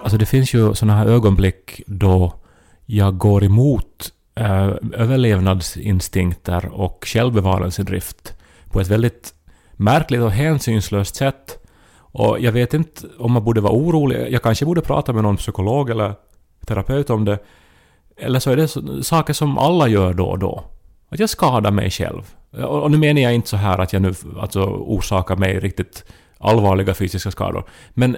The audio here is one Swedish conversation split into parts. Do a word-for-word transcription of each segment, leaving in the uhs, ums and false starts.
alltså det finns ju såna här ögonblick då jag går emot äh, överlevnadsinstinkter och självbevarelsedrift på ett väldigt märkligt och hänsynslöst sätt. Och jag vet inte om man borde vara orolig. Jag kanske borde prata med någon psykolog eller terapeut om det. Eller så är det så, saker som alla gör då och då. Att jag skadar mig själv. Och, och nu menar jag inte så här att jag nu alltså, orsakar mig riktigt allvarliga fysiska skador. Men,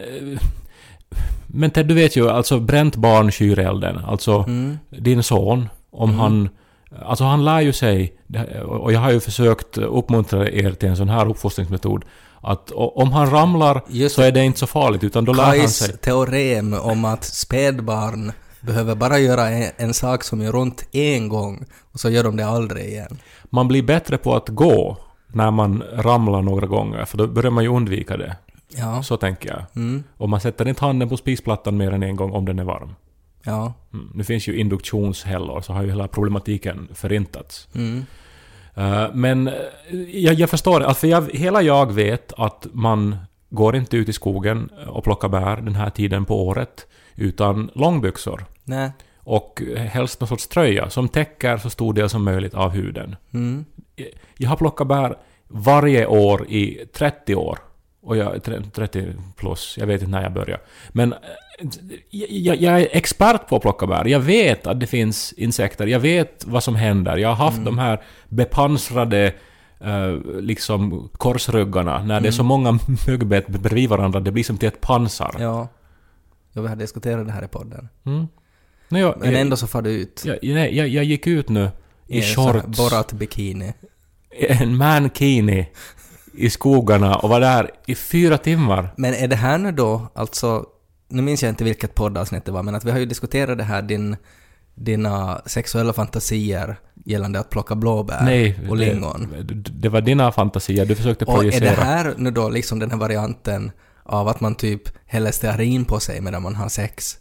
men Ted, du vet ju, alltså bränt barn skyr elden. Alltså mm. din son, om mm. han... Alltså han lär ju sig, och jag har ju försökt uppmuntra er till en sån här uppfostringsmetod, att om han ramlar just så är det inte så farligt, utan då lär han sig. Teorem om att spädbarn behöver bara göra en, en sak som gör ont en gång och så gör de det aldrig igen. Man blir bättre på att gå när man ramlar några gånger, för då börjar man ju undvika det. Ja. Så tänker jag. Mm. Och man sätter inte handen på spisplattan mer än en gång om den är varm. Ja. Mm. Nu finns ju induktionshällor, så har ju hela problematiken förintats. Mm. Uh, men jag, jag förstår, alltså jag, hela jag vet att man går inte ut i skogen och plockar bär den här tiden på året, utan långbyxor. Nej. Och helst någon sorts tröja som täcker så stor del som möjligt av huden. Mm. Jag, jag har plockat bär varje år i trettio år. Och jag trettio plus, jag vet inte när jag börjar. Men jag, jag är expert på att plocka bär. Jag vet att det finns insekter. Jag vet vad som händer. Jag har haft mm. de här bepansrade uh, liksom korsryggarna. När mm. det är så många myggbett bredvid varandra. Det blir som till ett pansar. Ja, jag har diskuterat det här i podden. Mm. Nej, jag, Men ändå så far du ut. Jag, nej, jag, jag gick ut nu i I shorts. Borat bikini. En mankini i skogarna och var där i fyra timmar. Men är det här nu då, alltså, nu minns jag inte vilket poddavsnitt det var, men att vi har ju diskuterat det här, din, dina sexuella fantasier gällande att plocka blåbär Nej, och lingon. Det, det var dina fantasier, du försökte projicera. Och är det här nu då liksom den här varianten av att man typ häller stearin på sig medan man har sex?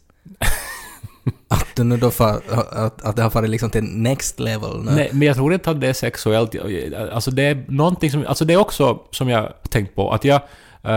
Att du nu då far, att, att det har farit liksom till next level nu. Nej, men jag tror inte att det är sexuellt. Alltså det är någonting som, alltså det är också som jag tänkt på att jag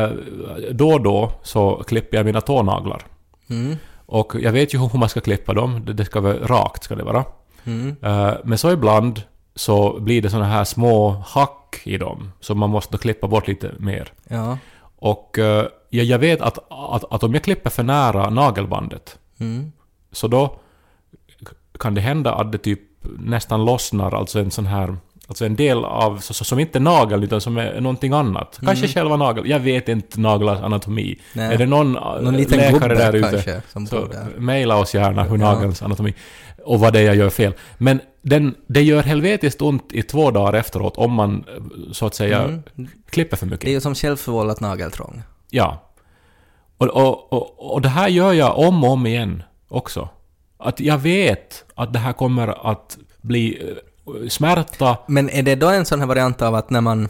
då och då så klipper jag mina tånaglar. Mm. Och jag vet ju hur man ska klippa dem. Det ska vara rakt, ska det vara. Mm. Men så ibland så blir det såna här små hack i dem så man måste klippa bort lite mer. Ja. Och jag, jag vet att, att, att om jag klipper för nära nagelbandet mm. så då kan det hända att det typ nästan lossnar, alltså en sån här, alltså en del av, så, så, som inte är nagel utan som är någonting annat. Kanske mm. själva nagel, jag vet inte naglars anatomi. Nej. Är det någon, någon läkare där ute kanske, som så mejla oss gärna hur nagelns ja. anatomi och vad det är jag gör fel. Men den, det gör helvetiskt ont i två dagar efteråt om man så att säga mm. klipper för mycket. Det är ju som självförvållat nageltrång. Ja. Och, och, och, och det här gör jag om och om igen också. Att jag vet att det här kommer att bli smärta. Men är det då en sån här variant av att när man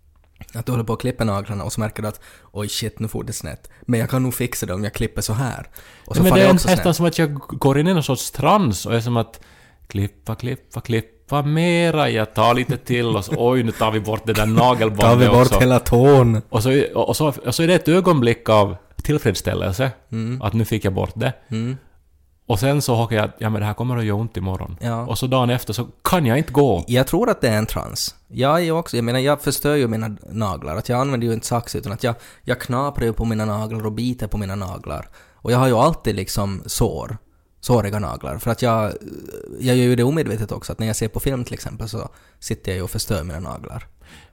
att du håller på att klippa naglarna och så märker du att oj shit, nu får det snett. Men jag kan nog fixa det om jag klipper så här. Och så men det är nästan snett. som att jag går in i någon sorts trans och är som att klippa, klippa, klippa mera. Jag tar lite till och så oj, nu tar vi bort det där nagelbandet tar vi bort också. Hela tån. Och så, och, så, och så är det ett ögonblick av tillfredsställelse mm. att nu fick jag bort det. Mm. Och sen så hokar jag att ja, men det här kommer att göra ont imorgon. Ja. Och så dagen efter så kan jag inte gå. Jag tror att det är en trans. Jag är också, jag menar jag förstör ju mina naglar. Att jag använder ju inte sax utan att jag, jag knaprar ju på mina naglar och biter på mina naglar. Och jag har ju alltid liksom sår. Såriga naglar. För att jag, jag gör ju det omedvetet också. Att när jag ser på film till exempel så sitter jag ju och förstör mina naglar.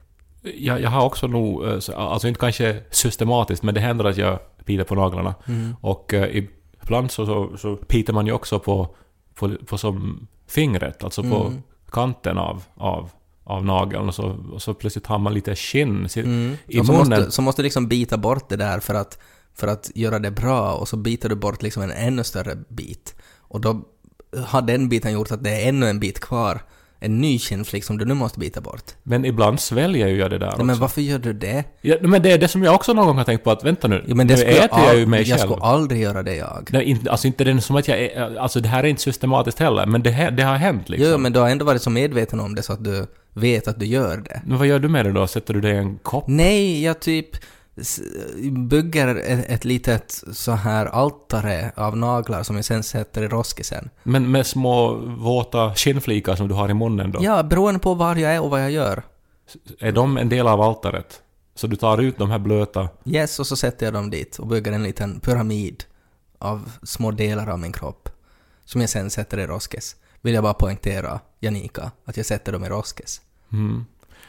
Jag, jag har också nog, alltså inte kanske systematiskt, men det händer att jag biter på naglarna. Mm. Och i ibland så, så, så piter man ju också på, på, på som fingret, alltså på mm. kanten av, av, av nageln och så, och så plötsligt har man lite skinn mm. i och så munnen. Måste, så måste liksom bita bort det där för att, för att göra det bra och så biter du bort liksom en ännu större bit. Och då har den biten gjort att det är ännu en bit kvar. En ny kinnflick som du nu måste bita bort. Men ibland sväljer ju jag det där också. Men varför gör du det? Ja, men det är det som jag också någon gång har tänkt på att vänta nu. Ja, men det nu äter jag, jag ju mig jag själv. Jag ska aldrig göra det jag. Nej, inte, alltså inte det som att jag är, alltså det här är inte systematiskt heller, men det, det har hänt liksom. Jo, men du har ändå varit så medveten om det så att du vet att du gör det. Men vad gör du med det då? Sätter du det i en kopp? Nej, jag typ bygger ett, ett litet så här altare av naglar som jag sen sätter i roskisen. Men med små våta skinnflikar som du har i munnen då? Ja, beroende på var jag är och vad jag gör. Är de en del av altaret? Så du tar ut de här blöta... Yes, och så sätter jag dem dit och bygger en liten pyramid av små delar av min kropp som jag sen sätter i roskis. Vill jag bara poängtera, Janika, att jag sätter dem i roskis. Mm.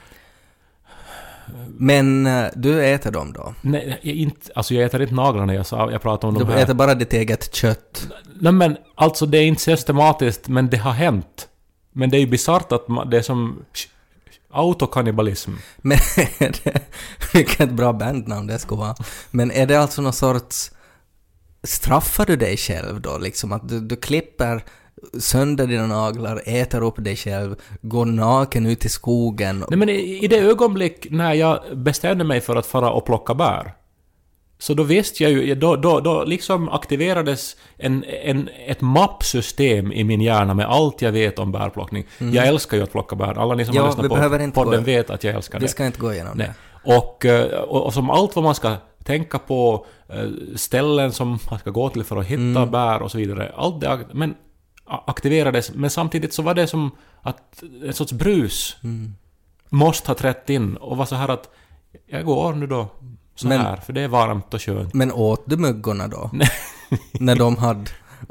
Men du äter dem då? Nej, jag, inte, alltså jag äter inte naglarna, jag, sa, jag pratar om de du här... Du äter bara ditt eget kött? Nej men, alltså det är inte systematiskt, men det har hänt. Men det är ju bizarrt att man, det är som autokannibalism. Men är det... Vilket bra bandnamn det ska vara. Men är det alltså någon sorts... Straffar du dig själv då? Liksom att du, du klipper sönder dina naglar, äter upp dig själv, går naken ut i skogen. Nej men i, i det ögonblick när jag bestämde mig för att fara och plocka bär, så då visste jag ju, då, då, då liksom aktiverades en, en, ett mappsystem i min hjärna med allt jag vet om bärplockning. Mm. Jag älskar ju att plocka bär. Alla ni som ja, har lyssnat på podden vet att jag älskar det. Vi ska inte gå igenom Nej. det. Och, och, och som allt vad man ska tänka på, ställen som man ska gå till för att hitta mm. bär och så vidare. Allt det, men aktiverades, men samtidigt så var det som att en sorts brus mm. måste ha trätt in och var så här att jag går nu då så men, här, för det är varmt och skönt. Men åt du myggorna då? När de hade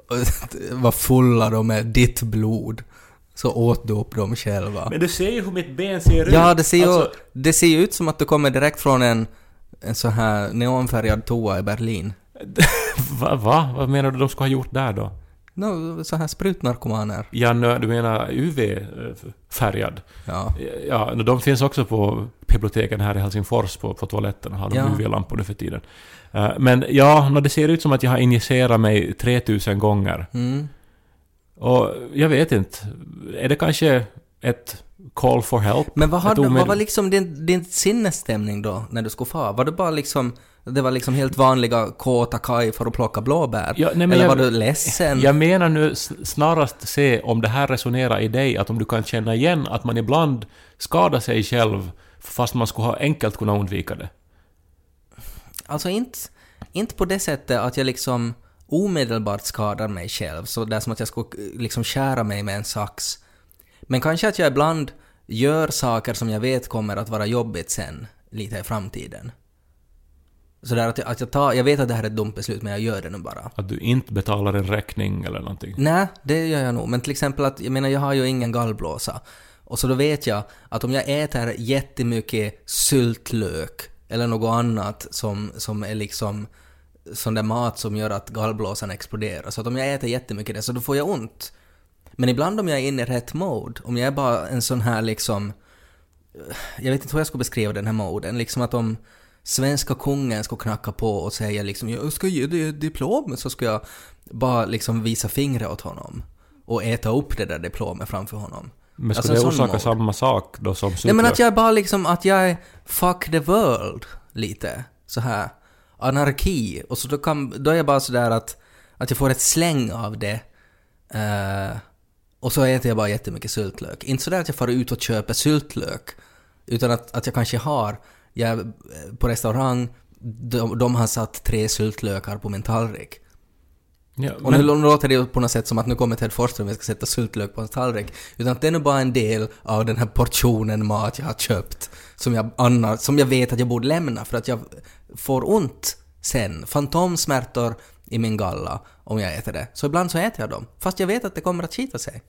var fulla då med ditt blod, så åt du upp dem själva. Men du ser ju hur mitt ben ser ut. Ja, det ser ju alltså... det ser ju ut som att du kommer direkt från en en så här neonfärgad toa i Berlin. va, va? Vad menar du de ska ha gjort där då? No, så här sprutnarkomaner. Ja, du menar U V-färgad? Ja. Ja, de finns också på biblioteken här i Helsingfors på, på toaletten. Har de ja. U V-lampor nu för tiden. Men ja, det ser ut som att jag har injicerat mig tre tusen gånger. Mm. Och jag vet inte. Är det kanske ett call for help? Men vad, hade, vad var liksom din, din sinnesstämning då när du skulle få? Var det bara liksom... Det var liksom helt vanliga kåta kaj för att plocka blåbär? Ja, nej, eller jag, var du ledsen? Jag menar nu snarast se om det här resonerar i dig, att om du kan känna igen att man ibland skadar sig själv fast man skulle ha enkelt kunna undvika det. Alltså inte, inte på det sättet att jag liksom omedelbart skadar mig själv, så det är som att jag skulle liksom skära mig med en sax. Men kanske att jag ibland gör saker som jag vet kommer att vara jobbigt sen, lite i framtiden. Så där att jag, att jag tar, jag vet att det här är ett dumt beslut, men jag gör det nu bara. Att du inte betalar en räkning eller någonting? Nej, det gör jag nog. Men till exempel att, jag menar, jag har ju ingen gallblåsa. Och så då vet jag att om jag äter jättemycket syltlök eller något annat som, som är liksom sån där mat som gör att gallblåsan exploderar. Så att om jag äter jättemycket det, så då får jag ont. Men ibland om jag är inne i rätt mode, om jag är bara en sån här liksom... Jag vet inte hur jag ska beskriva den här moden. Liksom att om svenska kungen ska knacka på och säga liksom, jag ska ge dig ett diplom, så ska jag bara liksom visa fingret åt honom och äta upp det där diplomet framför honom. Men ska alltså det orsaka mode. Samma sak då som Nej, men att jag bara liksom, att jag är fuck the world lite, så här anarki, och så då, kan, då är jag bara sådär att, att jag får ett släng av det uh, och så äter jag bara jättemycket syltlök. Inte sådär att jag får ut och köper syltlök, utan att, att jag kanske har jag, på restaurang, de, de har satt tre syltlökar på min tallrik. Ja, och men... nu låter det på något sätt som att nu kommer Ted Forsström och ska sätta syltlök på en tallrik. Utan att det är nu bara en del av den här portionen mat jag har köpt som jag, annars, som jag vet att jag borde lämna för att jag får ont sen. Fantomsmärtor i min galla om jag äter det. Så ibland så äter jag dem. Fast jag vet att det kommer att skita sig.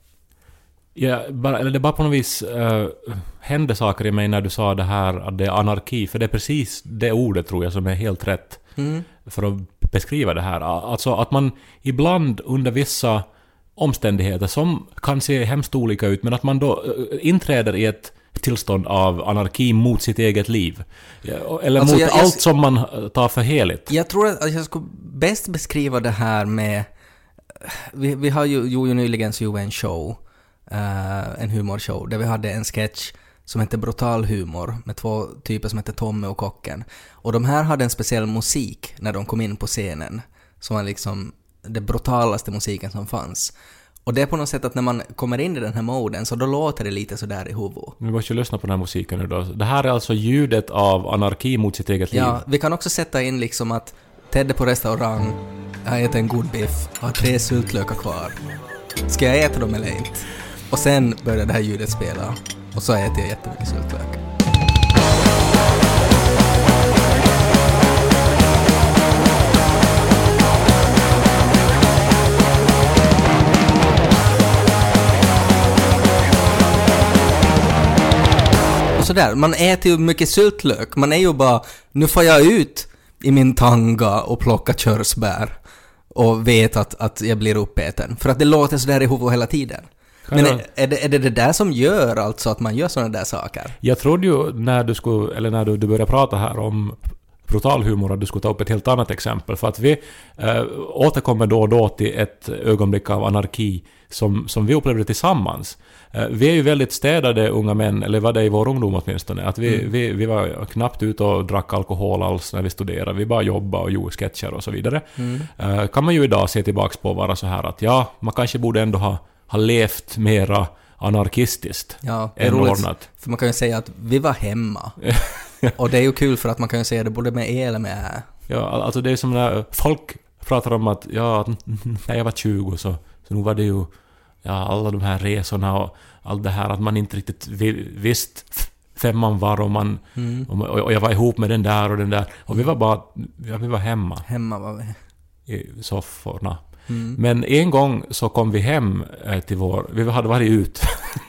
Ja, bara, eller det bara på något vis uh, hände saker i mig när du sa det här att det är anarki. För det är precis det ordet tror jag som är helt rätt mm. för att beskriva det här. Alltså att man ibland under vissa omständigheter som kan se hemskt olika ut, men att man då uh, inträder i ett tillstånd av anarki mot sitt eget liv. Eller alltså mot jag, allt jag, som man tar för heligt. Jag tror att jag skulle bäst beskriva det här med... Vi, vi har ju, ju nyligen så en show, uh, en humorshow, där vi hade en sketch som heter Brutal humor med två typer som heter Tommy och Kocken. Och de här hade en speciell musik när de kom in på scenen som var liksom det brutalaste musiken som fanns. Och det är på något sätt att när man kommer in i den här moden så då låter det lite sådär i huvudet. Vi måste ju lyssna på den här musiken nu då. Det här är alltså ljudet av anarki mot sitt eget liv. Ja, vi kan också sätta in liksom att Ted är på restaurang, jag äter en god biff, har tre syltlökar kvar. Ska jag äta dem eller inte? Och sen börjar det här ljudet spela och så äter jag jättemycket syltlök. Sådär. Man äter ju mycket syltlök. Man är ju bara, nu får jag ut i min tanga och plocka körsbär och vet att, att jag blir uppäten. För att det låter sådär i huvudet hela tiden. Men är, är, det, är det det där som gör alltså att man gör sådana där saker? Jag trodde ju när du skulle, eller när du, du började prata här om brutal humor att du skulle ta upp ett helt annat exempel. För att vi äh, återkommer då och då till ett ögonblick av anarki som, som vi upplevde tillsammans. Äh, vi är ju väldigt städade unga män, eller var det i vår ungdom åtminstone, att vi, mm. vi, vi var knappt ute och drack alkohol alls när vi studerade. Vi bara jobbade och gjorde sketcher och så vidare. Mm. Äh, kan man ju idag se tillbaka på och vara så här att ja, man kanske borde ändå ha, ha levt mera anarkistiskt ja, än ordnat. För man kan ju säga att vi var hemma. Och det är ju kul för att man kan ju säga det både med e eller med ä. Ja, alltså det är som när folk pratar om att ja, när jag var tjugo så, så nu var det ju ja, alla de här resorna och allt det här att man inte riktigt visst vem man var och, man, mm. och, och jag var ihop med den där och den där och vi var bara ja, vi var hemma. Hemma var vi. I sofforna. Mm. Men en gång så kom vi hem till vår... Vi hade varit ut.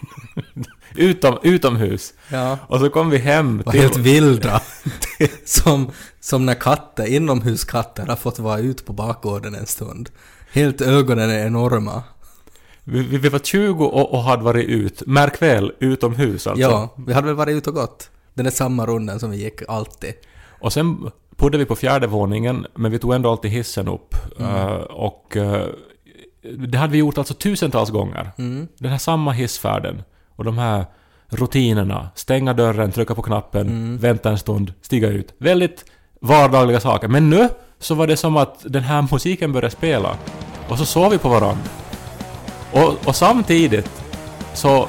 Utom, utomhus. Ja. Och så kom vi hem till... helt vilda. som, som när katter, inomhuskatter har fått vara ut på bakgården en stund. Helt ögonen är enorma. Vi, vi, vi var tjugo och, och hade varit ut. Märk väl, utomhus alltså. Ja, vi hade väl varit ut och gått. Den är samma runden som vi gick alltid. Och sen... Podde vi på fjärde våningen, men vi tog ändå alltid hissen upp. Mm. Uh, och uh, det hade vi gjort alltså tusentals gånger. Mm. Den här samma hissfärden. Och de här rutinerna. Stänga dörren, trycka på knappen, mm. vänta en stund, stiga ut. Väldigt vardagliga saker. Men nu så var det som att den här musiken började spela. Och så såg vi på varandra. Och, och samtidigt så...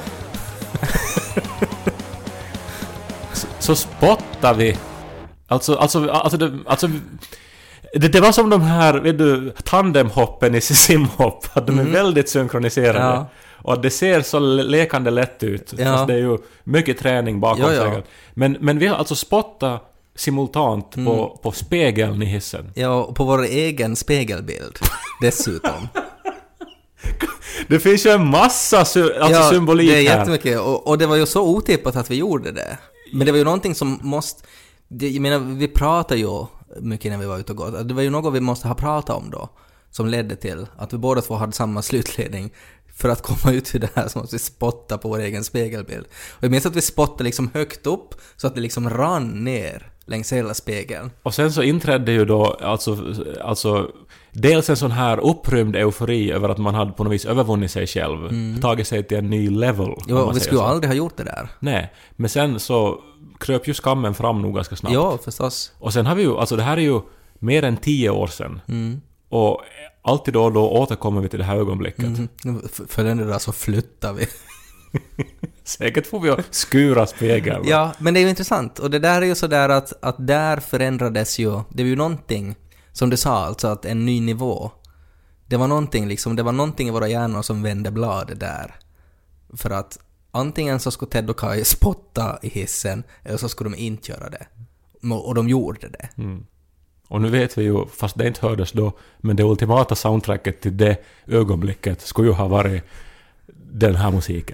så, så spottar vi. Alltså, alltså, alltså, det, alltså det, det var som de här, vet du, tandemhoppen i simhopp, att de är mm. väldigt synkroniserade. Ja. Och det ser så lekande lätt ut. Ja. Fast det är ju mycket träning bakom ja, ja. sig. Men, men vi har alltså spottat simultant mm. på, på spegeln i hissen. Ja, och på vår egen spegelbild dessutom. Det finns ju en massa sy- alltså ja, symbolik här. Det är jättemycket. Och, och det var ju så otippat att vi gjorde det. Men det var ju någonting som måste... Det, jag menar, vi pratade ju mycket när vi var ute och gått. Det var ju något vi måste ha pratat om då. Som ledde till att vi båda två hade samma slutledning. För att komma ut till det här så måste vi spotta på vår egen spegelbild. Och jag minns att vi spottade liksom högt upp. Så att det liksom rann ner längs hela spegeln. Och sen så inträdde ju då alltså, alltså dels en sån här upprymd eufori över att man hade på något vis övervunnit sig själv. Mm. Tagit sig till en ny level. Jo, och vi skulle ju aldrig ha gjort det där. Nej, men sen så kröp ju skammen fram nog ganska snabbt. Ja, förstås. Och sen har vi ju, alltså det här är ju mer än tio år sedan. Mm. Och alltid då och då återkommer vi till det här ögonblicket. Mm. För den där så flyttar vi. Säkert får vi skura spegeln. Ja, men det är ju intressant. Och det där är ju sådär att, att där förändrades ju, det var ju någonting, som du sa, alltså att en ny nivå. Det var någonting liksom, det var någonting i våra hjärnor som vände blad där. För att antingen så skulle Ted och Kai spotta i hissen, eller så skulle de inte göra det. Och de gjorde det. Mm. Och nu vet vi ju, fast det inte hördes då, men det ultimata soundtracket till det ögonblicket skulle ju ha varit den här musiken.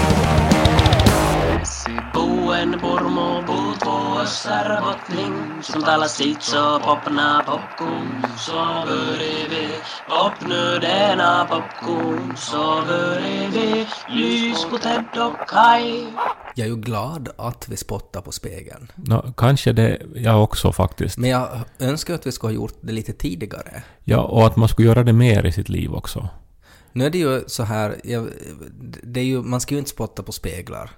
Buen pormo puuttua särvotling, som talar sitt så popna popcorn, så börjar vi popnödena popcorn, så börjar vi lys på Ted och Kai. Jag är ju glad att vi spottar på spegeln. No, kanske det jag också faktiskt. Men jag önskar att vi skulle ha gjort det lite tidigare. Ja, och att man skulle göra det mer i sitt liv också. Nu är det ju så här, jag, det är ju, man ska ju inte spotta på speglar.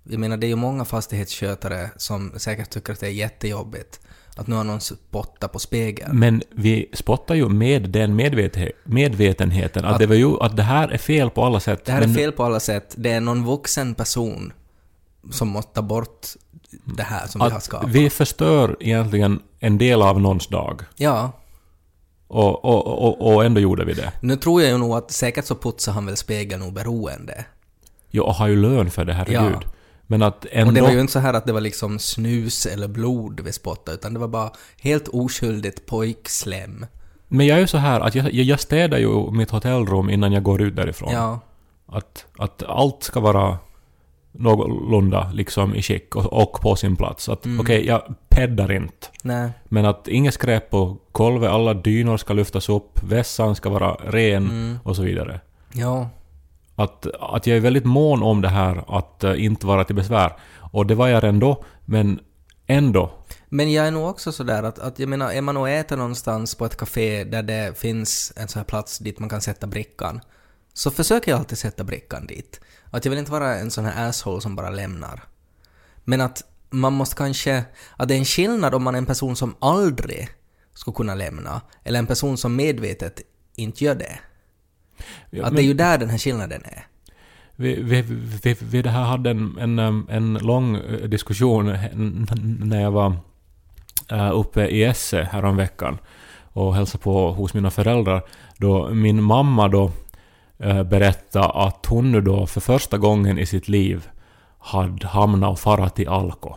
Jag menar, det är ju många fastighetsskötare som säkert tycker att det är jättejobbigt att nu har någon spottat på spegeln. Men vi spottar ju med den medveten- medvetenheten att, att, det var ju, att det här är fel på alla sätt. Det här men... är fel på alla sätt. Det är någon vuxen person som måste ta bort det här som vi har skapat. Vi förstör egentligen en del av någons dag. Ja. Och, och, och, och ändå gjorde vi det. Nu tror jag ju nog att säkert så putsar han väl spegeln oberoende. Ja, och har ju lön för det, herregud. Ja. Men att ändå... Och det var ju inte så här att det var liksom snus eller blod vi spottade, utan det var bara helt oskyldigt pojkslem. Men jag är ju så här att jag, jag städar ju mitt hotellrum innan jag går ut därifrån. Ja. Att, att allt ska vara någorlunda liksom i skick och, och på sin plats. Att Mm. okej, okay, jag peddar inte. Nej. Men att inget skräp på golvet, alla dynor ska lyftas upp, vässan ska vara ren Mm. och så vidare. Ja. Att, att jag är väldigt mån om det här att uh, inte vara till besvär. Och det var jag ändå, men ändå. Men jag är nog också sådär att, att jag menar, är man och äter någonstans på ett café där det finns en sån här plats dit man kan sätta brickan, så försöker jag alltid sätta brickan dit. Att jag vill inte vara en sån här asshole som bara lämnar. Men att man måste kanske... Att det är en skillnad om man är en person som aldrig ska kunna lämna, eller en person som medvetet inte gör det. Ja, att men, det är ju där den här skillnaden är. Vi, vi, vi, vi det här hade en, en, en lång diskussion när jag var uppe i Esse härom veckan och hälsade på hos mina föräldrar, då min mamma då berättade att hon nu då för första gången i sitt liv hade hamnat och farat till Alko.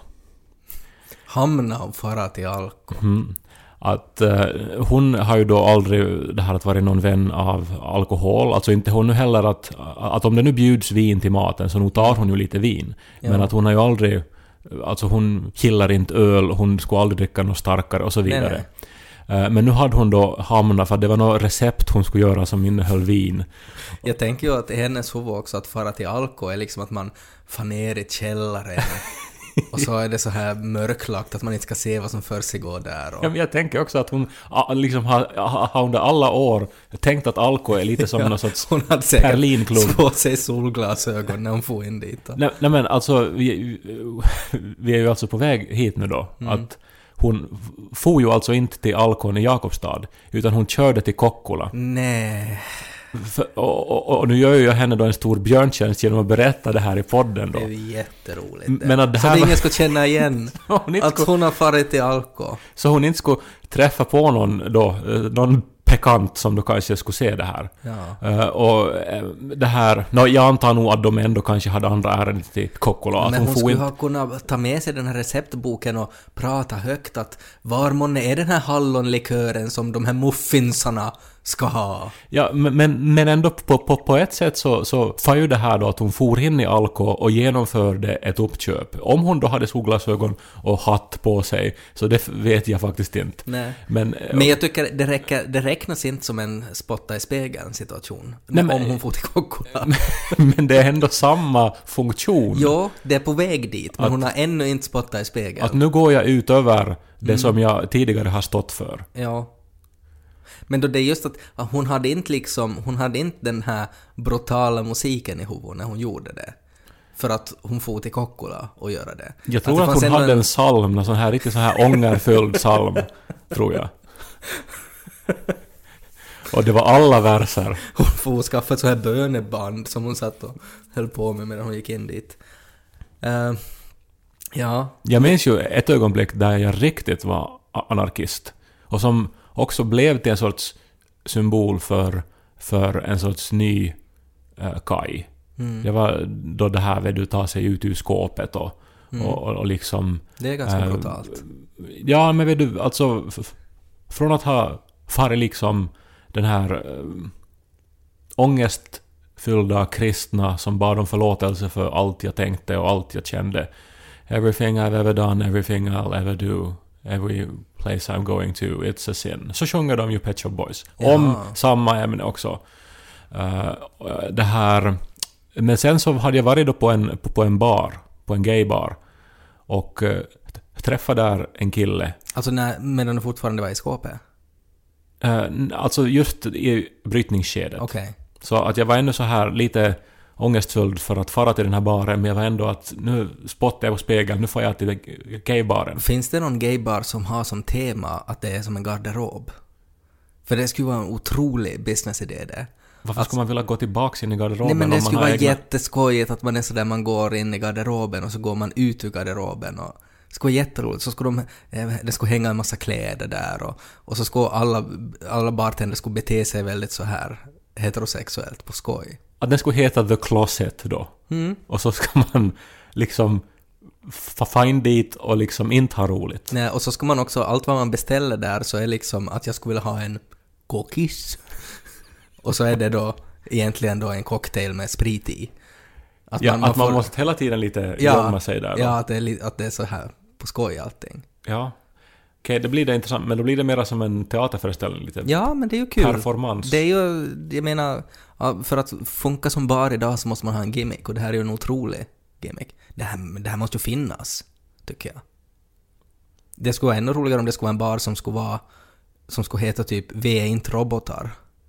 Hamna och fara till Alko. Mm. Att uh, hon har ju då aldrig det här att vara någon vän av alkohol. Alltså inte hon nu heller att, att om det nu bjuds vin till maten så nog tar hon ju lite vin. Ja. Men att hon har ju aldrig... Alltså hon killar inte öl, hon skulle aldrig dricka något starkare och så vidare. Nej, nej. Men nu hade hon då hamnat för att det var något recept hon skulle göra som innehöll vin. Jag tänker ju att i hennes huvud också att fara till Alko är liksom att man far ner i källaren och så är det så här mörklagt att man inte ska se vad som försiggår där. Och... Ja, men jag tänker också att hon liksom har, har under alla år tänkt att Alko är lite som ja, någon sorts hon hade säkert Berlinklubb. på sig solglasögon när hon får in dit. Nej, nej men alltså vi, vi är ju alltså på väg hit nu då. Mm. Att hon får ju alltså inte till Alkon i Jakobstad, utan hon körde till Kokkola. Nej. För, och, och, och nu gör jag henne då en stor björntjänst genom att berätta det här i podden då. Det är jätteroligt. Men att det så här att var... ingen ska känna igen hon att skulle... hon har farit till Alko. Så hon inte skulle träffa på någon då, någon bekant som då kanske skulle se det här. Ja. Uh, och uh, det här, no, jag antar nog att de ändå kanske hade andra ärenden till Kokkola. Men hon, hon skulle inte... ha kunnat ta med sig den här receptboken och prata högt att var månne är den här hallonlikören som de här muffinsarna ska ha. Ja, men, men ändå på, på, på ett sätt så, så var ju det här då att hon for in i Alko och genomförde ett uppköp. Om hon då hade solglasögon och hatt på sig, så det vet jag faktiskt inte. Nej. Men, men jag tycker det, räcker, det räknas inte som en spotta i spegeln situation. Nej, men, om hon får till Kokkola. Men det är ändå samma funktion. Ja, det är på väg dit, men att, hon har ännu inte spottat i spegeln. Att nu går jag ut över det mm. som jag tidigare har stått för. Ja. Men då det är just att hon hade inte liksom, hon hade inte den här brutala musiken i huvudet när hon gjorde det. För att hon får till Kokkola och göra det. Jag tror att, att hon hade en, en psalm, en sån här riktigt sån här ångerfylld psalm, tror jag. Och det var alla verser. Hon får skaffa ett så här böneband som hon satt och höll på med medan hon gick in dit. Uh, ja. Jag minns ju ett ögonblick där jag riktigt var anarkist. Och som också blev till en sorts symbol för, för en sorts ny uh, kaj. Mm. Det var då det här vid du tar sig ut ur skåpet och, mm. och, och, och liksom... Det är ganska uh, brutalt. Ja, men vet du, alltså f- från att ha farit liksom den här uh, ångestfyllda kristna som bad om förlåtelse för allt jag tänkte och allt jag kände. Everything I've ever done, everything I'll ever do, every place I'm going to, it's a sin. Så sjunger de ju Pet Shop Boys. Ja. Om samma ämne också. Uh, det här... Men sen så hade jag varit då på en, på en bar, på en gaybar, och uh, träffade där en kille. Alltså när, medan du fortfarande var i skåpet? Uh, alltså just i brytningsskedet. Okay. Så att jag var ännu så här lite ångestfulld för att fara till den här baren, men jag var ändå att nu spottar jag på spegeln, nu får jag till gaybaren. Finns det någon gaybar som har som tema att det är som en garderob? För det skulle vara en otrolig businessidé det. Varför skulle man vilja gå tillbaka in i garderoben? Nej, men det om man skulle har vara egna... jätteskojigt att man är så där man går in i garderoben och så går man ut ur garderoben och det skulle vara jätteroligt. Så skulle de, eh, det skulle hänga en massa kläder där och, och så skulle alla, alla bartender skulle bete sig väldigt så här heterosexuellt på skoj. Att den skulle heta The Closet då. Mm. Och så ska man liksom få in dit och liksom inte ha roligt. Nej, och så ska man också, allt vad man beställer där så är liksom att jag skulle vilja ha en kokis. Och så är det då egentligen då en cocktail med sprit i. Att ja, man, man att man får, måste hela tiden lite ja, gömma sig där. Då. Ja, att det, är, att det är så här på skoj allting. Ja. Okej, det blir det intressant, men då blir det mer som en teaterföreställning lite. Ja, men det är ju kul. Performance. Det är ju, jag menar, för att funka som bar idag så måste man ha en gimmick, och det här är ju en otrolig gimmick. Det här, det här måste ju finnas, tycker jag. Det skulle vara ännu roligare om det skulle vara en bar som skulle vara, som skulle heta typ Vi är inte robotar.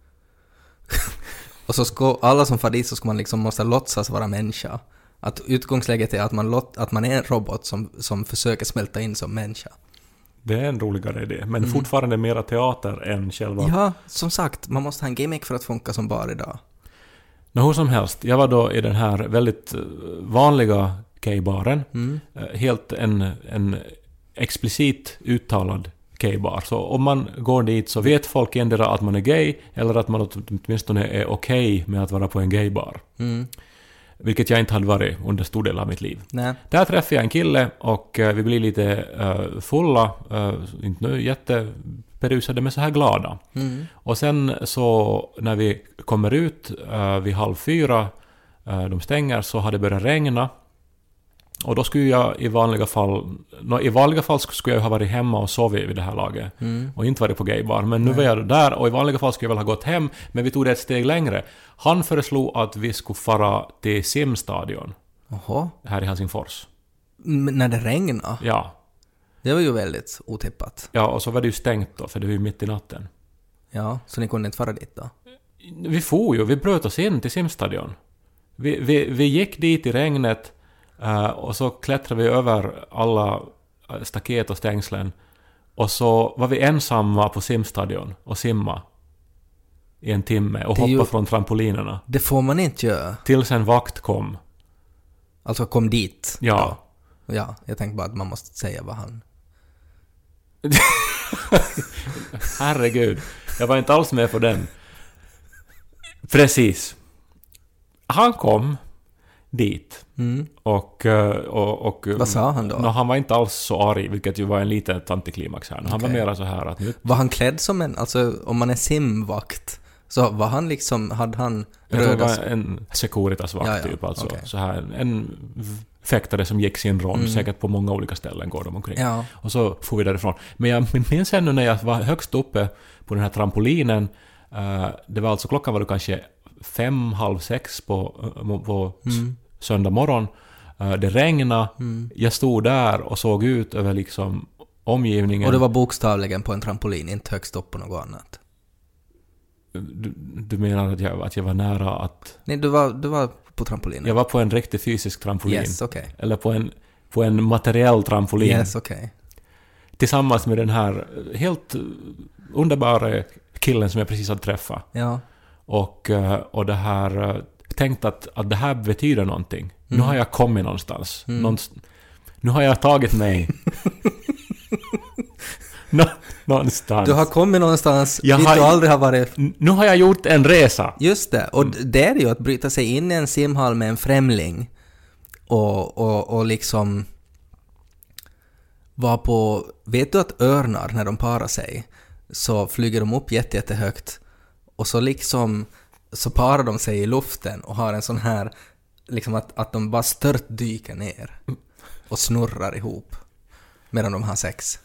Och så ska alla som far dit så ska man liksom måste låtsas vara människa. Att utgångsläget är att man, låt, att man är en robot som, som försöker smälta in som människa. Det är en roligare idé, men mm. fortfarande mera teater än själva... Ja, som sagt, man måste ha en gimmick för att funka som bar idag. Nå, hur som helst, jag var då i den här väldigt vanliga gaybaren. Mm. Helt en, en explicit uttalad gaybar. Så om man går dit så vet folk ändå att man är gay, eller att man åtminstone är okej med att vara på en gaybar. Mm. Vilket jag inte hade varit under stor del av mitt liv. Nej. Där träffade jag en kille och uh, vi blev lite uh, fulla, uh, inte nu jätteperusade men så här glada. Mm. Och sen så när vi kommer ut uh, vid halv fyra, uh, de stänger, så hade det börjat regna. Och då skulle jag i vanliga fall, no, i vanliga fall skulle jag ha varit hemma och sovit vid det här laget. Mm. Och inte varit på gaybar. Men nu Nej. var jag där och i vanliga fall skulle jag väl ha gått hem. Men vi tog det ett steg längre. Han föreslog att vi skulle fara till simstadion. Jaha. Här i Helsingfors. Men när det regnade? Ja. Det var ju väldigt otippat. Ja, och så var det ju stängt då, för det var ju mitt i natten. Ja, så ni kunde inte fara dit då? Vi for ju, vi bröt oss in till simstadion. Vi, vi, vi gick dit i regnet. Uh, och så klättrade vi över alla staket och stängslen. Och så var vi ensamma på simstadion och simma i en timme och hoppa ju... från trampolinerna. Det får man inte göra. Tills en vakt kom. Alltså kom dit? Ja. Ja, ja, jag tänkte bara att man måste säga vad han... Herregud, jag var inte alls med på den. Precis. Han kom dit. Mm. Och, och, och... Vad sa han då? No, han var inte alls så arg, vilket ju var en liten antiklimax här. Han okay. var mera så här att... Nu... Var han klädd som en... Alltså, om man är simvakt, så var han liksom... Hade han... Jag tror det var en Securitas-vakt ja, ja. typ, alltså. Okay. Så här, en fäktare som gick sin rond, mm. säkert på många olika ställen går de omkring. Ja. Och så får vi därifrån. Men jag minns ännu när jag var högst uppe på den här trampolinen, uh, det var alltså, klockan var det kanske fem, halv sex på, på mm. söndag morgon. Det regnade. Mm. Jag stod där och såg ut över liksom omgivningen. Och det var bokstavligen på en trampolin, inte högst upp på något annat. Du, du menar att jag, att jag var nära att... Nej, du var, du var på trampolinen. Jag var på en riktig fysisk trampolin. Yes, okay. Eller på en, på en materiell trampolin. Yes, okay. Tillsammans med den här helt underbara killen som jag precis hade träffat. Ja. Och, och det här... Tänkt att, att det här betyder någonting. Mm. Nu har jag kommit någonstans. Mm. Någonstans nu har jag tagit mig... Nå, någonstans. Du har kommit någonstans jag dit har, du aldrig har varit... Nu har jag gjort en resa. Just det. Och det är ju att bryta sig in i en simhall med en främling. Och, och, och liksom... Var på... Vet du att örnar, när de parar sig, så flyger de upp jätte, jättehögt. Och så liksom... så parar de sig i luften och har en sån här, liksom att, att de bara stört dyker ner och snurrar ihop medan de har sex.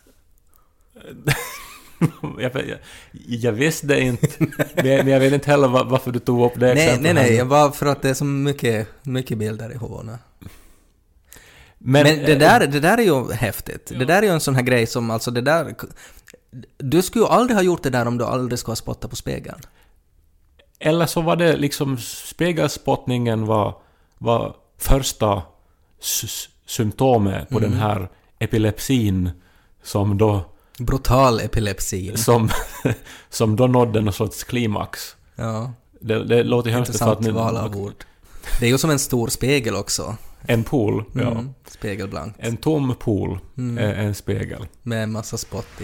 jag, jag, jag visste inte, men jag vet inte heller var, varför du tog upp det exemplet. Nej, nej, nej, bara för att det är så mycket, mycket bilder i huvudet. Men, men det, där, det där är ju häftigt. Ja. Det där är ju en sån här grej som, alltså det där... Du skulle ju aldrig ha gjort det där om du aldrig skulle ha spottat på spegeln. Eller så var det liksom spegelspottningen var, var första s- symptomet på mm. den här epilepsin som då... Brutal epilepsi. Som, som då nådde någon sorts klimax. Ja. Det, det låter ju hemskt för att... Intressant val av ord. Det är ju som en stor spegel också. En pool, ja. Mm, spegelblankt. En tom pool, mm. är en spegel. Med en massa spott i.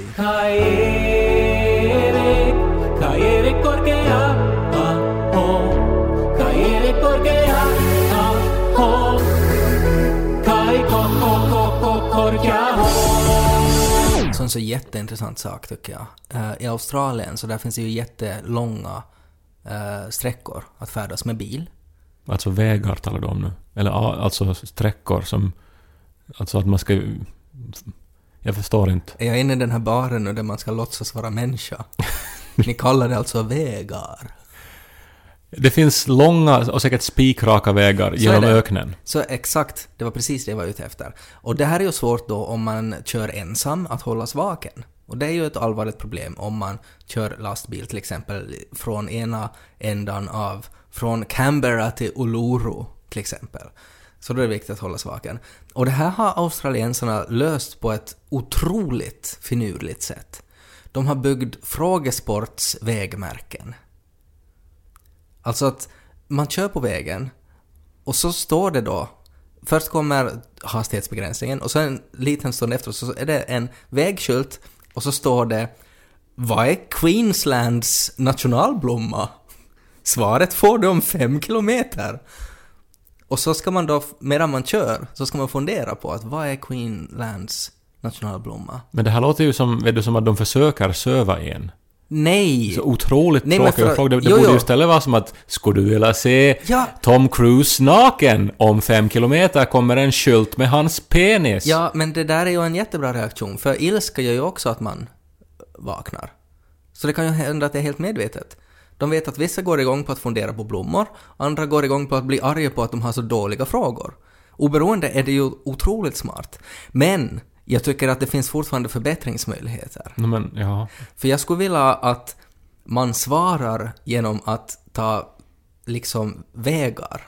Så en så jätteintressant sak tycker jag. Uh, I Australien så där finns det ju jättelånga uh, sträckor att färdas med bil. Alltså vägar talar du om nu? Eller alltså sträckor som... Alltså att man ska... Jag förstår inte. Är jag inne i den här baren nu där man ska låtsas vara människa? Ni kallar det alltså vägar. Det finns långa och säkert spikraka vägar så genom öknen. Så exakt, det var precis det jag var ute efter. Och det här är ju svårt då om man kör ensam att hållas vaken. Och det är ju ett allvarligt problem om man kör lastbil till exempel från ena ändan av, från Canberra till Uluru till exempel. Så då är det viktigt att hållas vaken. Och det här har australiensarna löst på ett otroligt finurligt sätt. De har byggt frågesportsvägmärken. Alltså att man kör på vägen och så står det då, först kommer hastighetsbegränsningen och så en liten stund efter så är det en vägskylt och så står det: vad är Queenslands nationalblomma? Svaret får du om fem kilometer. Och så ska man då, medan man kör, så ska man fundera på att vad är Queenslands nationalblomma? Men det här låter ju som, vet du, som att de försöker söva en. Nej. Så otroligt Nej, tråkig för, fråga. Det, det jo, borde jo. ju istället vara som att skulle du vilja se ja. Tom Cruise naken? Om fem kilometer kommer en skylt med hans penis. Ja, men det där är ju en jättebra reaktion. För ilska gör ju också att man vaknar. Så det kan ju hända att det är helt medvetet. De vet att vissa går igång på att fundera på blommor, andra går igång på att bli arga på att de har så dåliga frågor. Oberoende är det ju otroligt smart. Men jag tycker att det finns fortfarande förbättringsmöjligheter. No, men, ja. För jag skulle vilja att man svarar genom att ta liksom vägar.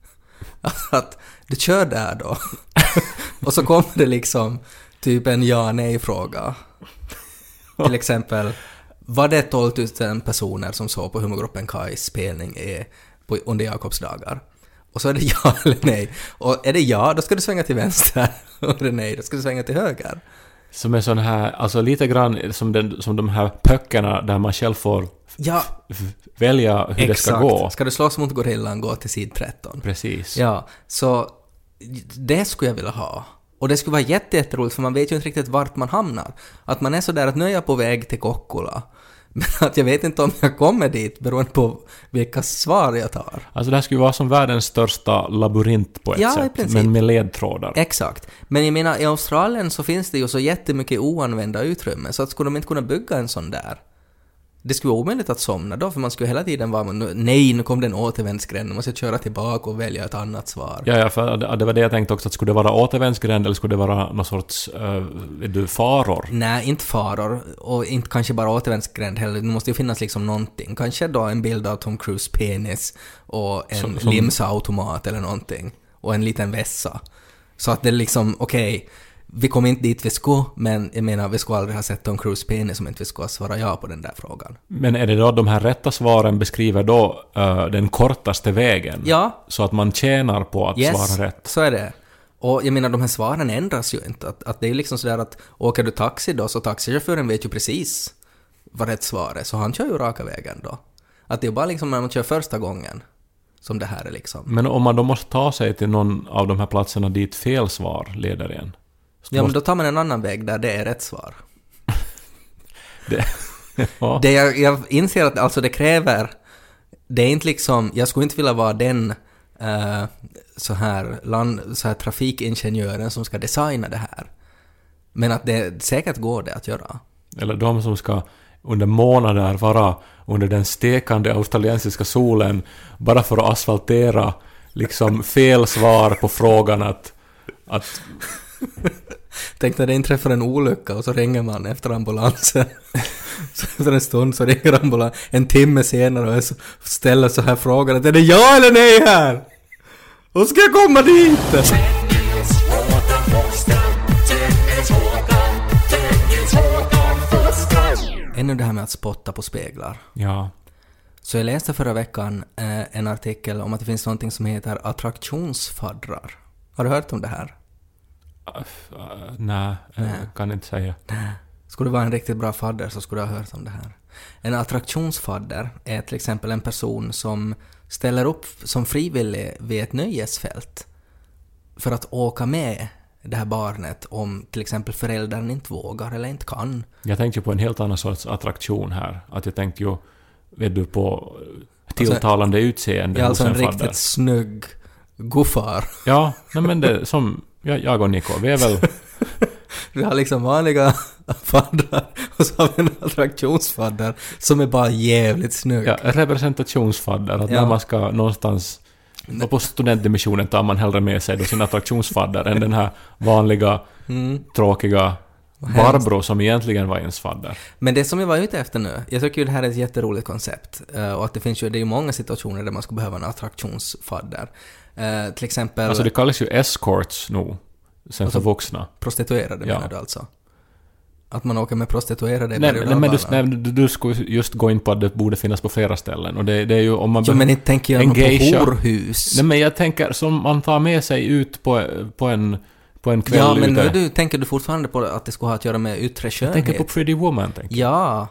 Att du kör där då. Och så kommer det liksom typ en ja-nej-fråga. Till exempel, var det tolv tusen personer som såg på humorgruppen Kais spelning är på, under Jakobs dagar? Och så är det ja eller nej. Och är det ja, då ska du svänga till vänster. Och är det nej, då ska du svänga till höger. Som är sån här, alltså lite grann som, den, som de här pöckerna där man själv får ja. f- välja hur Exakt. det ska gå. Ska du slåss mot gorillan, gå till sid tretton. Precis. Ja, så det skulle jag vilja ha. Och det skulle vara jätteroligt för man vet ju inte riktigt vart man hamnar. Att man är så där att nu är jag på väg till Kokkola. Men att jag vet inte om jag kommer dit beroende på vilka svar jag tar. Alltså det här skulle vara som världens största labyrint på ett ja, sätt, men med ledtrådar. Exakt. Men jag menar, i Australien så finns det ju så jättemycket oanvända utrymme, så att skulle de inte kunna bygga en sån där? Det skulle vara omöjligt att somna då, för man skulle hela tiden vara nej, nu kom den återvändsgränd, nu måste jag köra tillbaka och välja ett annat svar. Ja, ja, för det var det jag tänkte också, att skulle det vara återvändsgränd eller skulle det vara någon sorts uh, du, faror? Nej, inte faror, och inte kanske bara återvändsgränd heller, det måste ju finnas liksom någonting. Kanske då en bild av Tom Cruise penis och en som, som... limsa-automat eller någonting, och en liten vässa. Så att det liksom, okej, okay, vi kom inte dit vi skulle, men jag menar, vi skulle aldrig ha sett Tom Cruise penis om inte vi skulle svara ja på den där frågan. Men är det då de här rätta svaren beskriver då uh, den kortaste vägen? Ja. Så att man tjänar på att yes, svara rätt? Så är det. Och jag menar, de här svaren ändras ju inte. Att, att det är liksom sådär att åker du taxi då, så taxichauffören vet ju precis vad rätt svar är, så han kör ju raka vägen då. Att det är bara liksom när man kör första gången som det här är liksom. Men om man då måste ta sig till någon av de här platserna dit fel svar leder igen? Ja, men då tar man en annan väg där det är rätt svar. det, ja. det jag, jag inser att alltså det kräver, det är inte liksom, jag skulle inte vilja vara den uh, så här, land, så här trafikingenjören som ska designa det här. Men att det säkert går det att göra. Eller de som ska under månader vara under den stekande australiensiska solen bara för att asfaltera liksom fel svar på frågan att, att tänk när det inträffar en olycka och så ringer man efter ambulansen Så efter en stund så ringer ambulans en timme senare och ställer så här frågan att är det ja eller nej här? Och ska jag komma dit? Ännu det här med att spotta på speglar. Ja. Så jag läste förra veckan eh, en artikel om att det finns någonting som heter attraktionsfaddrar. Har du hört om det här? Uh, uh, nej, uh, kan inte säga. Skulle du vara en riktigt bra fadder så skulle du ha hört om det här. En attraktionsfadder är till exempel en person som ställer upp som frivillig vid ett nöjesfält för att åka med det här barnet om till exempel föräldern inte vågar eller inte kan. Jag tänkte på en helt annan sorts attraktion här. Att jag tänkte ju, vet du, på tilltalande alltså, utseende. Ja, alltså en fadder. riktigt snygg guffar. Ja, nej, men det som jag, jag och Nico, vi är väl... Vi har liksom vanliga faddrar och så har vi en attraktionsfadder som är bara jävligt snygg. Ja, representationsfadder. Att ja. när man ska någonstans... Och på studentdimissionen tar man hellre med sig då sin attraktionsfadder än den här vanliga, mm. tråkiga Barbro som egentligen var ens fadder. Men det som jag var ute efter nu, jag tycker ju det här är ett jätteroligt koncept. Och att det finns ju, det är ju många situationer där man skulle behöva en attraktionsfadder. Uh, till exempel... Alltså det kallas ju escorts nu, sen alltså, för vuxna. Prostituerade ja. menar du alltså? Att man åker med prostituerade... Nej, nej men du, nej, du, du skulle just gå in på att det borde finnas på flera ställen. Och det, det är ju om man... Jo, men inte tänker jag på horhus. Nej, men jag tänker som man tar med sig ut på, på en... På en kväll ja, men ute. nu du, tänker du fortfarande på att det skulle ha att göra med yttre skönhet? Jag tänker på Pretty Woman, tänker jag. Ja.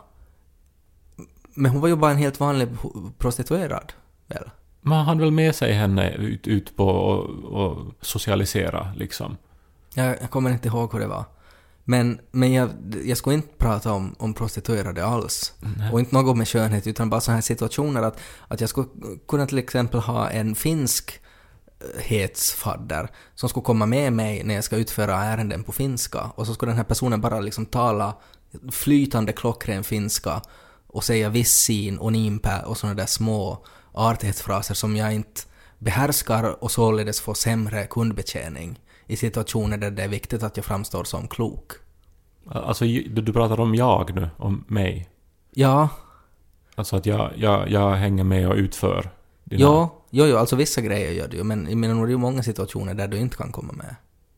Men hon var ju bara en helt vanlig prostituerad, väl? Man hade väl med sig henne ut, ut på och, och socialisera, liksom. Jag, jag kommer inte ihåg hur det var. Men, men jag, jag skulle inte prata om, om prostituerade alls. Nej. Och inte något med skönhet, utan bara så här situationer att, att jag skulle kunna till exempel ha en finsk hetsfadder som skulle komma med mig när jag ska utföra ärenden på finska, och så skulle den här personen bara liksom tala flytande klockren finska och säga vissin och nimpä och såna där små artighetsfraser som jag inte behärskar och således får sämre kundbetjäning i situationer där det är viktigt att jag framstår som klok. Alltså du, du pratar om jag nu, om mig? Ja. Alltså att jag, jag, jag hänger med och utför dina... Ja. Jo, jo, alltså vissa grejer gör du ju, men jag menar, det är ju många situationer där du inte kan komma med.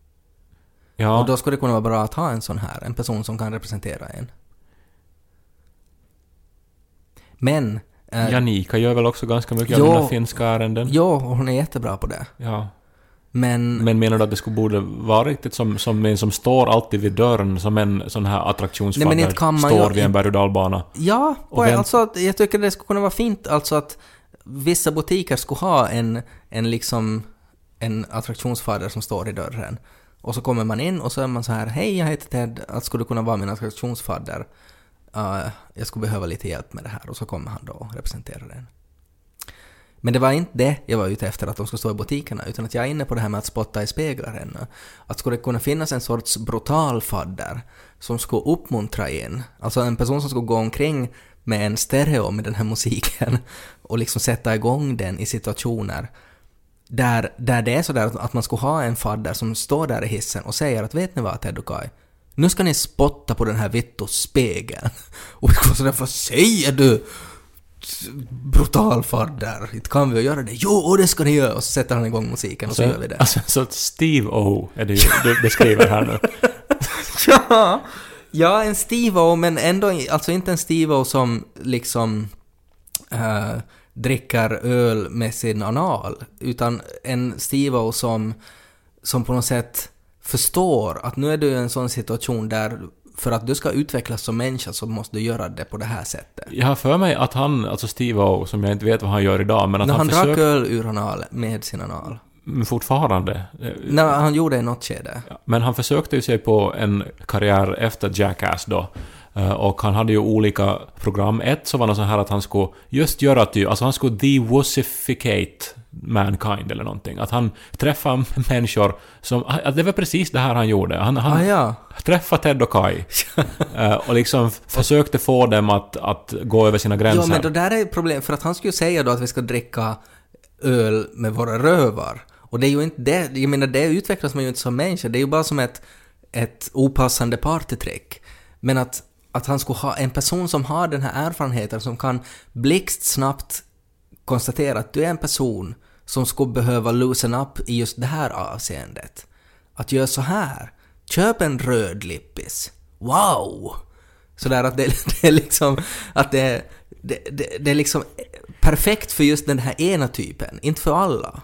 Ja. Och då skulle det kunna vara bra att ha en sån här, en person som kan representera en. Men... Eh, Janika gör väl också ganska mycket jo, av mina finska ärenden? Jo, och hon är jättebra på det. Ja. Men, men menar du att det skulle borde vara riktigt som, som en som står alltid vid dörren, som en sån här attraktionsfadder står vid en berg- och dalbana? Ja, och alltså, jag tycker det skulle kunna vara fint alltså att vissa butiker skulle ha en, en, liksom, en attraktionsfadder som står i dörren. Och så kommer man in och så är man så här: hej, jag heter Ted, att skulle kunna vara min attraktionsfadder. Uh, jag skulle behöva lite hjälp med det här. Och så kommer han då och representerar den. Men det var inte det jag var ute efter, att de skulle stå i butikerna, utan att jag är inne på det här med att spotta i speglar ännu. Att skulle det kunna finnas en sorts brutal fadder som skulle uppmuntra in. Alltså en person som skulle gå omkring med en stereo med den här musiken och liksom sätta igång den i situationer där, där det är så där att man skulle ha en fadder som står där i hissen och säger att vet ni vad, Ted och Kai, nu ska ni spotta på den här vitto-spegeln. Och vi skulle sådär, vad säger du? Brutal fadder, inte kan vi göra det. Jo, det ska ni göra. Och så sätter han igång musiken och så, så gör vi det. Alltså, så Steve O är det ju, du beskriver här nu. Ja, ja, en Steve O, men ändå alltså inte en Steve O som liksom äh, dricker öl med sin anal, utan en Steve O som, som på något sätt förstår att nu är du i en sån situation där för att du ska utvecklas som människa så måste du göra det på det här sättet. Jag har för mig att han, alltså Steve O, som jag inte vet vad han gör idag, men att när han, han försöker... drack öl ur anal med sin anal. Men fortfarande. Nej, han gjorde det i något skede. Men han försökte ju sig på en karriär efter Jackass då. Och han hade ju olika program. Ett så var det så här att han skulle just göra ty, alltså han skulle de-wussificate mankind eller någonting. Att han träffade människor som, att det var precis det här han gjorde. Han, han ah, ja. träffade Ted och Kai och liksom försökte få dem att, att gå över sina gränser. Ja, men då där är problem, för att han skulle säga då att vi ska dricka öl med våra rövar. Och det är ju inte det, jag menar det utvecklas man ju inte som människa. Det är ju bara som ett, ett opassande partytrick. Men att att han skulle ha en person som har den här erfarenheten, som kan blixtsnabbt konstatera att du är en person som skulle behöva loosen up i just det här avseendet. Att göra så här. Köp en röd lippis. Wow! Sådär att det, det är liksom att det, det, det, det är liksom perfekt för just den här ena typen, inte för alla.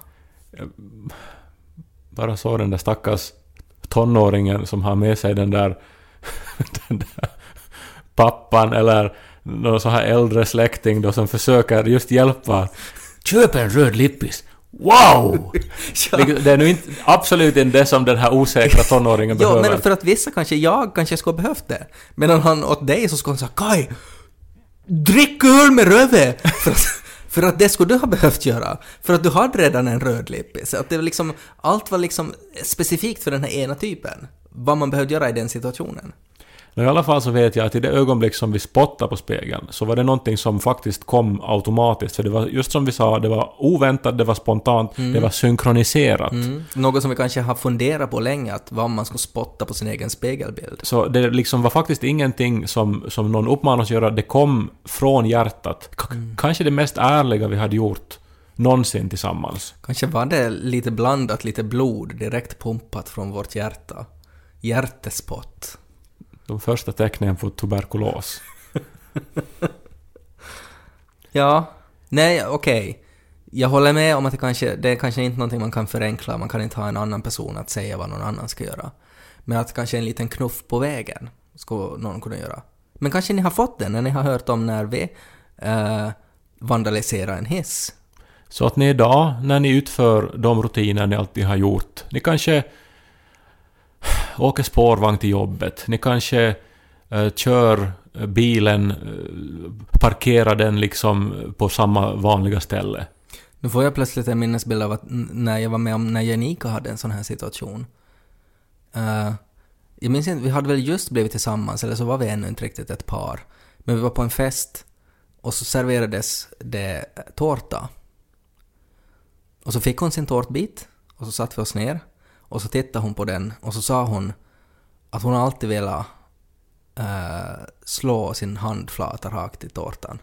Bara så den där stackars tonåringen som har med sig den där, den där pappan eller någon så här äldre släkting då som försöker just hjälpa. Köp en röd lippis. Wow! Ja. Det är nu inte, absolut inte det som den här osäkra tonåringen behöver. Ja, men för att vissa kanske, jag kanske skulle ha behövt det. Men han åt dig så skulle han säga, Kai, drick öl med röve! För att, för att det skulle du ha behövt göra. För att du hade redan en röd lippis. Att det var liksom, allt var liksom specifikt för den här ena typen. Vad man behövde göra i den situationen. I alla fall så vet jag att i det ögonblick som vi spottade på spegeln så var det någonting som faktiskt kom automatiskt. För det var just som vi sa, det var oväntat, det var spontant, mm. det var synkroniserat. Mm. Något som vi kanske har funderat på länge, att vad man ska spotta på sin egen spegelbild. Så det liksom var faktiskt ingenting som, som någon uppmanade oss att göra, det kom från hjärtat. K- mm. Kanske det mest ärliga vi hade gjort någonsin tillsammans. Kanske var det lite blandat, lite blod direkt pumpat från vårt hjärta. Hjärtespott. De första tecknen på tuberkulos. Ja, nej, okej. Okay. Jag håller med om att det kanske det är kanske inte någonting man kan förenkla. Man kan inte ha en annan person att säga vad någon annan ska göra. Men att kanske en liten knuff på vägen ska någon kunna göra. Men kanske ni har fått den när ni har hört om när vi eh, vandaliserar en hiss. Så att ni idag, när ni utför de rutiner ni alltid har gjort, ni kanske åker spårvagn till jobbet, ni kanske uh, kör bilen, uh, parkerar den liksom på samma vanliga ställe. Nu får jag plötsligt en minnesbild av att när jag var med om när Janika hade en sån här situation. Uh, jag minns inte, vi hade väl just blivit tillsammans, eller så var vi ännu inte riktigt ett par. Men vi var på en fest och så serverades det tårta. Och så fick hon sin tårtbit och så satt vi oss ner. Och så tittade hon på den och så sa hon att hon alltid velat uh, slå sin handflata rakt i tårtan.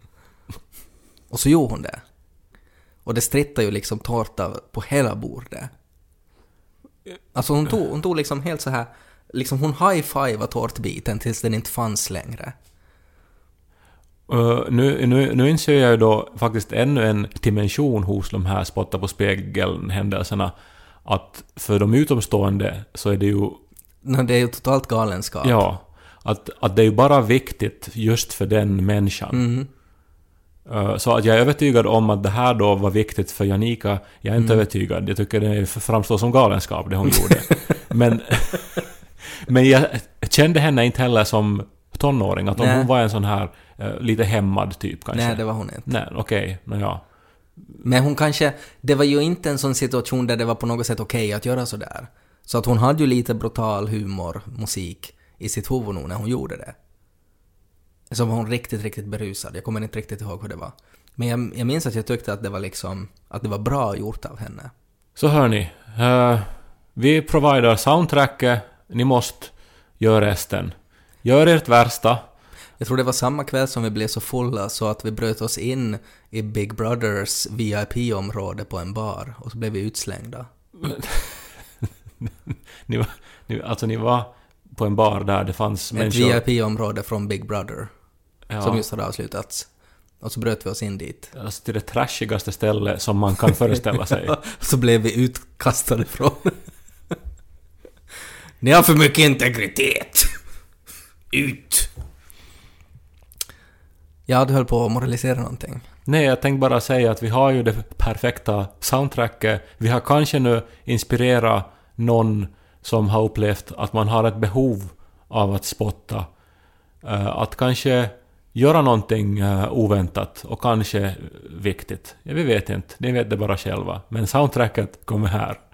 Och så gjorde hon det. Och det strittade ju liksom tårta på hela bordet. Alltså hon tog, hon tog liksom helt så här, liksom hon high-fiva tårtbiten tills den inte fanns längre. Uh, nu, nu, nu inser jag ju då faktiskt ännu en dimension hos de här spotta på spegeln-händelserna. Att för de utomstående så är det ju... No, det är ju totalt galenskap. Ja, att, att det är ju bara viktigt just för den människan. Mm. Uh, så att jag är övertygad om att det här då var viktigt för Janika. Jag är inte mm. övertygad. Jag tycker det framstår som galenskap det hon gjorde. men, men jag kände henne inte heller som tonåring. Att om hon var en sån här uh, lite hämmad typ kanske. Nej, det var hon inte. Nej, okej. Okay, ja. Men hon kanske, det var ju inte en sån situation där det var på något sätt okej okay att göra så där. Så att hon hade ju lite brutal humor, musik i sitt huvud nu när hon gjorde det. Så var hon riktigt, riktigt berusad. Jag kommer inte riktigt ihåg hur det var. Men jag, jag minns att jag tyckte att det var liksom, att det var bra gjort av henne. Så hörni, uh, vi provider soundtracket, ni måste göra resten. Gör ert värsta. Jag tror det var samma kväll som vi blev så fulla så att vi bröt oss in i Big Brothers V I P-område på en bar och så blev vi utslängda. ni var, ni, alltså ni var på en bar där det fanns ett människor... V I P-område från Big Brother, ja, som just hade avslutats. Och så bröt vi oss in dit. Alltså till det trashigaste stället som man kan föreställa sig. Så blev vi utkastade från. Ni har för mycket integritet. Ut! Ja, du höll på att moralisera någonting. Nej, jag tänkte bara säga att vi har ju det perfekta soundtracket. Vi har kanske nu inspirerat någon som har upplevt att man har ett behov av att spotta. Att kanske göra någonting oväntat och kanske viktigt. Ja, vi vet inte. Ni vet det bara själva. Men soundtracket kommer här.